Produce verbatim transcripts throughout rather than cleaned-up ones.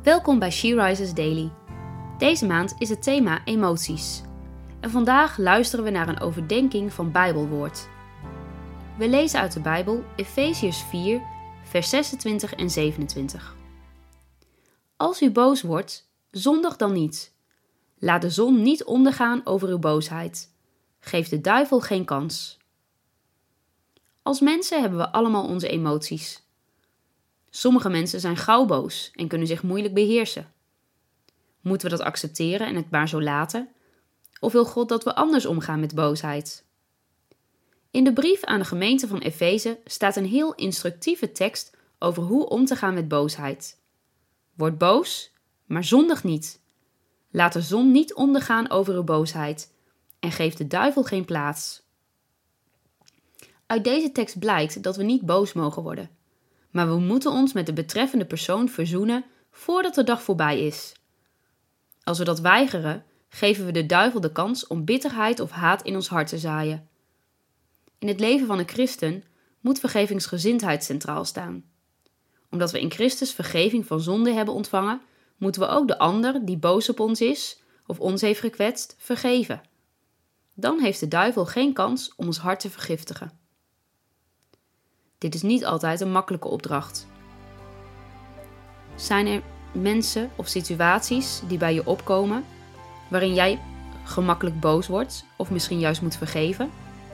Welkom bij She Rises Daily. Deze maand is het thema emoties. En vandaag luisteren we naar een overdenking van Bijbelwoord. We lezen uit de Bijbel Efeziërs vier, vers zesentwintig en zevenentwintig. Als u boos wordt, zondig dan niet. Laat de zon niet ondergaan over uw boosheid. Geef de duivel geen kans. Als mensen hebben we allemaal onze emoties. Sommige mensen zijn gauw boos en kunnen zich moeilijk beheersen. Moeten we dat accepteren en het maar zo laten? Of wil God dat we anders omgaan met boosheid? In de brief aan de gemeente van Efeze staat een heel instructieve tekst over hoe om te gaan met boosheid. Word boos, maar zondig niet. Laat de zon niet ondergaan over uw boosheid en geef de duivel geen plaats. Uit deze tekst blijkt dat we niet boos mogen worden. Maar we moeten ons met de betreffende persoon verzoenen voordat de dag voorbij is. Als we dat weigeren, geven we de duivel de kans om bitterheid of haat in ons hart te zaaien. In het leven van een christen moet vergevingsgezindheid centraal staan. Omdat we in Christus vergeving van zonde hebben ontvangen, moeten we ook de ander die boos op ons is of ons heeft gekwetst, vergeven. Dan heeft de duivel geen kans om ons hart te vergiftigen. Dit is niet altijd een makkelijke opdracht. Zijn er mensen of situaties die bij je opkomen waarin jij gemakkelijk boos wordt of misschien juist moet vergeven?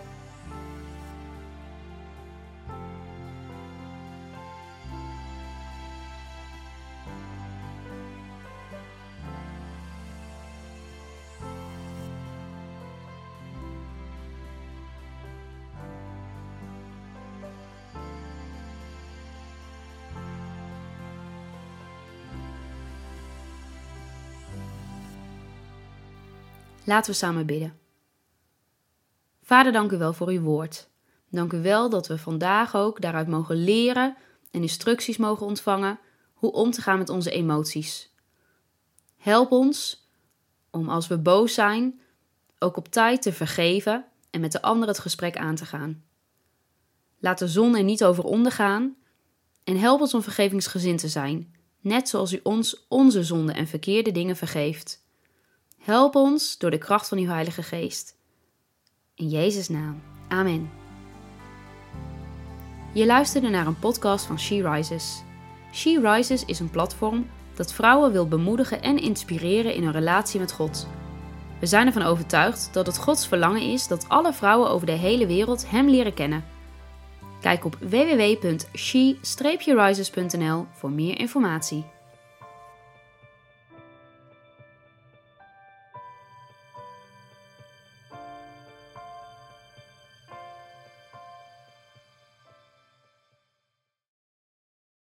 Laten we samen bidden. Vader, dank u wel voor uw woord. Dank u wel dat we vandaag ook daaruit mogen leren en instructies mogen ontvangen hoe om te gaan met onze emoties. Help ons om als we boos zijn ook op tijd te vergeven en met de ander het gesprek aan te gaan. Laat de zon er niet over ondergaan en help ons om vergevingsgezind te zijn, net zoals u ons onze zonden en verkeerde dingen vergeeft. Help ons door de kracht van uw Heilige Geest. In Jezus' naam. Amen. Je luisterde naar een podcast van She Rises. She Rises is een platform dat vrouwen wil bemoedigen en inspireren in hun relatie met God. We zijn ervan overtuigd dat het Gods verlangen is dat alle vrouwen over de hele wereld Hem leren kennen. Kijk op w w w punt she rises punt n l voor meer informatie.